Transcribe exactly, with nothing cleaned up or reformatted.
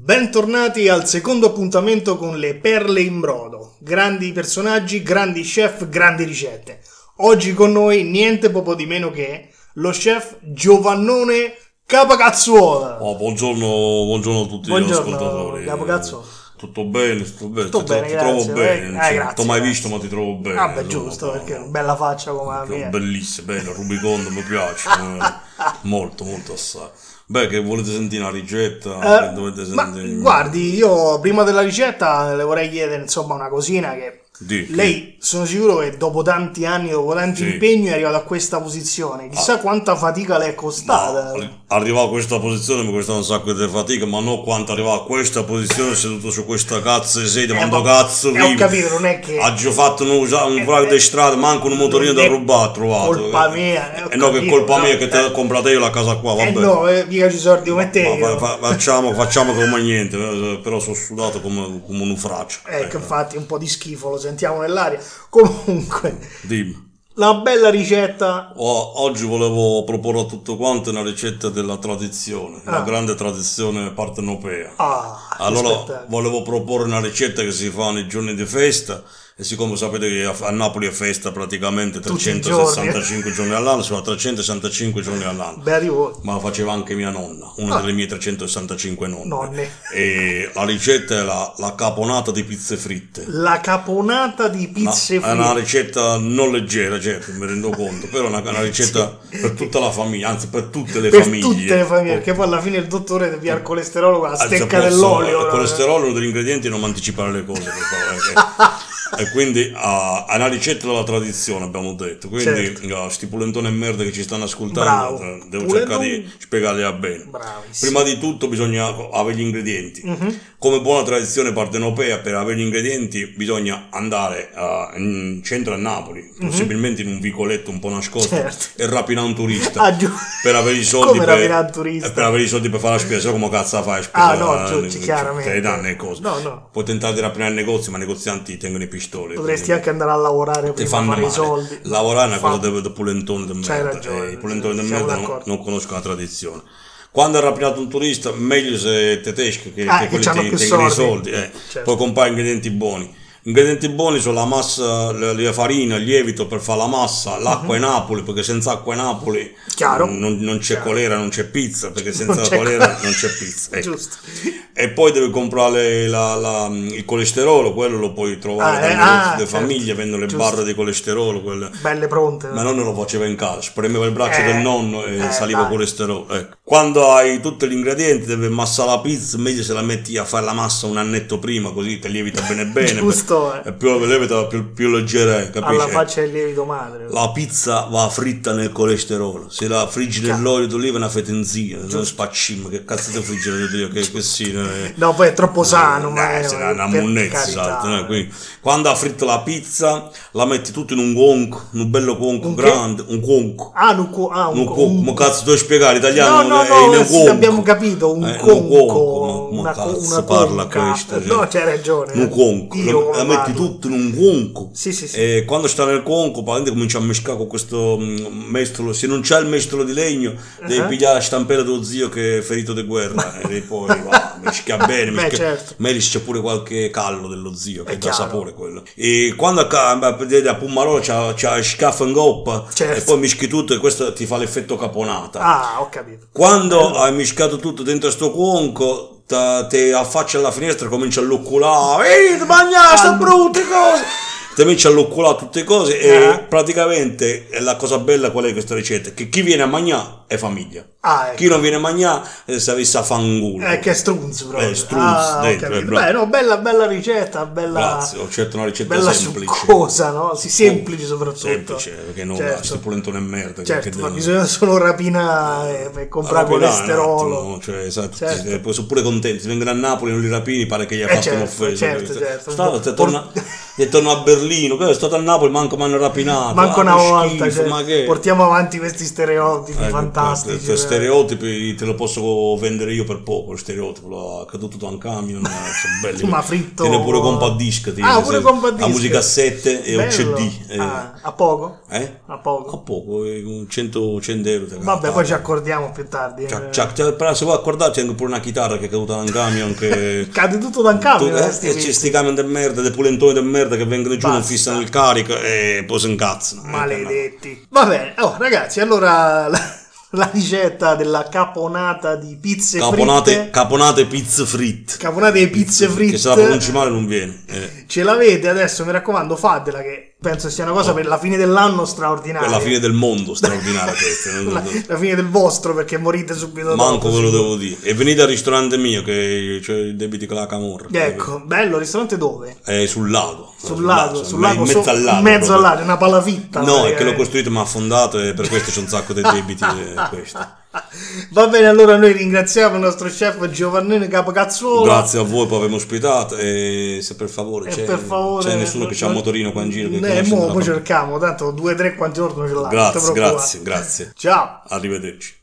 Bentornati al secondo appuntamento con le perle in brodo. Grandi personaggi, grandi chef, grandi ricette. Oggi con noi niente poco di meno che lo chef Giovannone Capocazzuola. Oh, buongiorno, buongiorno a tutti Buongiorno, gli ascoltatori. Capocazzuola. Tutto bene, tutto bene, Tutto ti, bene, ti grazie. trovo bene, Eh, non eh, ti grazie, ho mai grazie. visto ma ti trovo bene. Ah beh, no, giusto, no, perché no. bella faccia come la mia. Bellissimo, bello, Rubicondo mi piace, eh, molto, molto assai. Beh, che volete sentire una ricetta? Eh, Che dovete ma sentire? guardi, io prima della ricetta le vorrei chiedere insomma una cosina che Di, lei, sono sicuro che dopo tanti anni, dopo tanti Sì. impegni è arrivato a questa posizione. Chissà quanta fatica le è costata. No, arri- arrivare a questa posizione mi costa un sacco di fatica, ma non quanto arrivare a questa posizione seduto su questa cazzo di sedia, Eh, quando ma- cazzo eh, ho vivo. capito, non è che Oggi ho fatto un, usa- un Eh, frac eh, di strada, manco un motorino non da è rubare ho trovato. colpa Eh, mia, eh, ho E no, che capito, colpa no, mia che te eh. l'ho comprata io la casa qua, vabbè. Eh no, eh, mica ci soldi come te. Ma io. fa- fa- facciamo, facciamo come niente, eh, però sono sudato come, come un fraccio. Ecco, infatti un po' di schifo lo sentiamo nell'aria. Comunque, Dimmi. la bella ricetta. O- oggi volevo proporre a tutto quanto una ricetta della tradizione, Ah. una grande tradizione partenopea. Ah, che Allora spettacolo. volevo proporre una ricetta che si fa nei giorni di festa, e siccome sapete che a a Napoli è festa praticamente Tutti i trecentosessantacinque giorni all'anno, sono trecentosessantacinque giorni all'anno. Beati voi. Ma la faceva anche mia nonna, una Ah. delle mie trecentosessantacinque nonne. Nonne. E la ricetta è la, la caponata di pizze fritte. La caponata di Ma pizze è una fritte. ricetta non leggera, certo, mi rendo conto, però è una, una ricetta per tutta la famiglia, anzi per tutte le Per famiglie. tutte le famiglie, perché poi alla fine il dottore ti via il colesterolo con la Ah, se stecca posso, dell'olio. Il no? colesterolo è uno degli ingredienti, non mi anticipare le cose, per favore. E quindi ah, è una ricetta della tradizione, abbiamo detto. Quindi Certo. ah, sti pulentoni e merda che ci stanno ascoltando, Bravo. eh, devo Pulentoni- cercare di spiegarli a bene. Bravissimo. Prima di tutto bisogna avere gli ingredienti. Mhm. Come buona tradizione partenopea, per avere gli ingredienti bisogna andare ah, in centro a Napoli, possibilmente in un vicoletto un po' nascosto, Mhm. Certo. e rapinare un turista. Ah, giù. Per avere i soldi Come per, rapinare un turista? eh, per avere i soldi per fare la spesa, so come cazzo la fai a spesa? Ah, no, eh, giusto, eh, chiaramente. Te le danno le cose. No, no. Puoi tentare di rapinare il negozio, ma i negozianti tengono i pistoli. Potresti quindi anche andare a lavorare ti prima fanno fare male. i soldi. Lavorare è una Fa- cosa da, da pulentone di C'hai merda. ragione, E i pulentoni di siamo merda non, d'accordo. non conoscono la tradizione. Quando hai rapinato un turista, meglio se tedeschi che, Ah, che che quelli c'hanno che più tengono i soldi. soldi. Eh. Certo. Poi compare ingredienti buoni. Ingredienti buoni sono la massa, la, la farina, il lievito per fare la massa, l'acqua e Napoli, perché senza acqua e Napoli Chiaro. non, non c'è Chiaro. colera, non c'è pizza, perché senza Non la c'è colera co- non c'è pizza. Ecco. Giusto. E poi devi comprare la- la- il colesterolo, quello lo puoi trovare Ah, dai eh, negozi ah, di certo. famiglia, vendono le Giusto. barre di colesterolo, quelle. Belle pronte. Ma nonno lo faceva in casa, spremeva il braccio Eh, del nonno e eh, saliva dai. colesterolo. Ecco. Quando hai tutti gli ingredienti, devi ammassare la pizza, meglio se la metti a fare la massa un annetto prima, così ti lievita bene bene. Giusto, eh. E più la lievita, più, più leggera è, capisci? Alla faccia del lievito madre. La pizza va fritta nel colesterolo. Se la friggi nell'olio d'oliva è una fetenzina, non spaccim, che cazzo ti friggi l'olio d'oliva? Che, che sì, eh. No, poi è troppo sano. ma Dai, è- se una per munnezza, carità. esatto, no? Quindi, quando ha fritto la pizza, la metti tutto in un conco, un bello conco Un che? grande, un conco. Ah, un, co- ah, un, Un co- conco, un- ma cazzo devo spiegare, No, italiano no, è no, in sì, conco. abbiamo capito, un Eh, conco, conco, ma, una, ma co- cazzo una parla conca. questo? No, cioè, c'hai ragione. un conco, Io la, la metti vado. tutto in un conco. Sì, sì, sì. E quando sta nel conco, poi comincia a mescare con questo mm, mestolo. Se non c'è il mestolo di legno, devi Uh-huh. pigliare la stampella dello zio che è ferito di guerra. E poi va, mischia bene, Beh, mischia. certo. Meglio c'è pure qualche callo dello zio che È dà chiaro. sapore quello. E quando a, a, a Pumarola c'ha, c'ha il scafo in goppa, Certo. e poi mischi tutto e questo ti fa l'effetto caponata. Ah, ho capito. Quando hai mischiato tutto dentro sto conco, ta- ti affacci alla finestra e cominci a lucculare. Ehi, ti mangiare sta brutte cose! Ti cominci a lucculare tutte cose e Eh. praticamente la cosa bella qual è questa ricetta? Che chi viene a mangiare è famiglia. Ah, ecco. Chi non viene a mangiare eh, si avesse a fangulo. Eh, che strunz proprio. Eh, strunz ah, ho dentro, capito. eh, bravo. Beh, no, bella, bella ricetta, bella, Grazie, ho scelto una ricetta bella semplice. succosa, no? Sì, semplice soprattutto. Semplice, perché non Certo. questi polentone e merda. Certo, che ma devono- bisogna solo rapinare per comprare Rapinare un colesterolo. attimo, cioè, esatto, Certo. eh, poi sono pure contenti, se vengono a Napoli non li rapini, pare che gli ha Eh, fatto certo, un'offesa. certo, capito? certo. Stato, te Por- torna, e torno a Berlino, che è stato a Napoli, manco mi hanno rapinato. Manco ah, una che volta, schifo, cioè, ma che... portiamo avanti questi stereotipi Ecco, fantastici. fantastici. Per, per stereotipi te lo posso vendere io per poco, lo stereotipo, l'ha caduto da un camion, sono belli. Ma fritto. Tiene pure compact disc, tiene, Ah, pure compact disc. a musicassette e Bello. un C D. Eh. Ah, a poco? Eh? A poco. A poco, eh, con cento, cento euro. te la Vabbè, taglia. poi ci accordiamo più tardi. Ciac, eh. ciac, ciac, però se vuoi accordarci anche pure una chitarra che è caduta da un camion che... Cade tutto da un camion. Tu- eh, eh, sti e c'è pezzi. sti camion di merda, dei pulentoni di merda che vengono giù, non Basta. fissano il carico e poi si incazzano. eh, Maledetti. Va bene, oh, ragazzi, allora la, la ricetta della caponata di pizze Caponate, fritte. caponate pizze fritte. Caponate di pizze fritte. Che se la pronunci male non viene. eh. Ce l'avete adesso, mi raccomando, fatela, che penso sia una cosa per la fine dell'anno straordinaria. Per la fine del mondo straordinaria questa. non- la, la fine del vostro, perché morite subito Manco dopo. ve lo sì. devo dire. E venite al ristorante mio che c'ho i debiti con la camorra. Ecco, bello, ristorante dove? È sul lago. Sul lago, sul lago, in mezzo so- al lago. in mezzo proprio. al lago, una palafitta. No, è che l'ho praticamente. costruito ma affondato e per questo c'è un sacco di debiti. eh, questo. Va bene, allora noi ringraziamo il nostro chef Giovannone Capocazzuolo. Grazie a voi per avermi ospitato e se per favore E c'è, per favore, c'è nessuno che c'ha un motorino qua in giro che Eh, conosce mo, la poi parola. cerchiamo, tanto due tre quanti giorni ce l'ha. non ti Grazie, preoccupare. grazie, grazie. Ciao. Arrivederci.